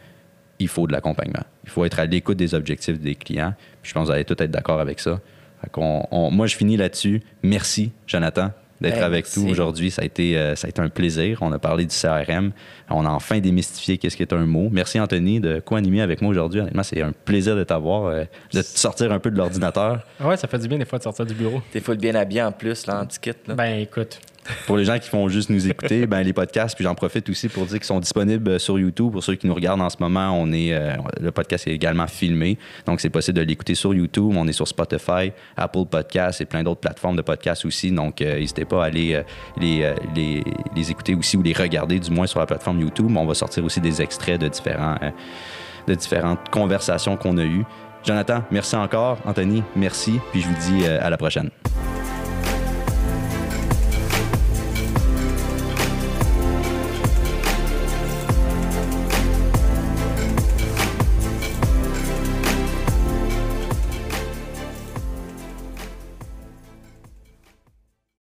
Il faut de l'accompagnement. Il faut être à l'écoute des objectifs des clients. Puis je pense que vous allez tous être d'accord avec ça. Moi, je finis là-dessus. Merci, Jonathan, d'être avec nous aujourd'hui. Ça a été un plaisir. On a parlé du CRM. On a enfin démystifié qu'est-ce qu'est un mot. Merci, Anthony, de co-animer avec moi aujourd'hui. Honnêtement, c'est un plaisir de t'avoir, de te sortir un peu de l'ordinateur. Oui, ça fait du bien des fois de sortir du bureau. T'es full bien habillé en plus, là, en petit kit. Là. Ben, écoute... Pour les gens qui font juste nous écouter, ben les podcasts, puis j'en profite aussi pour dire qu'ils sont disponibles sur YouTube. Pour ceux qui nous regardent en ce moment, le podcast est également filmé. Donc, c'est possible de l'écouter sur YouTube. On est sur Spotify, Apple Podcasts et plein d'autres plateformes de podcasts aussi. Donc, n'hésitez pas à aller les écouter aussi ou les regarder, du moins sur la plateforme YouTube. On va sortir aussi des extraits de différentes conversations qu'on a eues. Jonathan, merci encore. Anthony, merci. Puis je vous dis à la prochaine.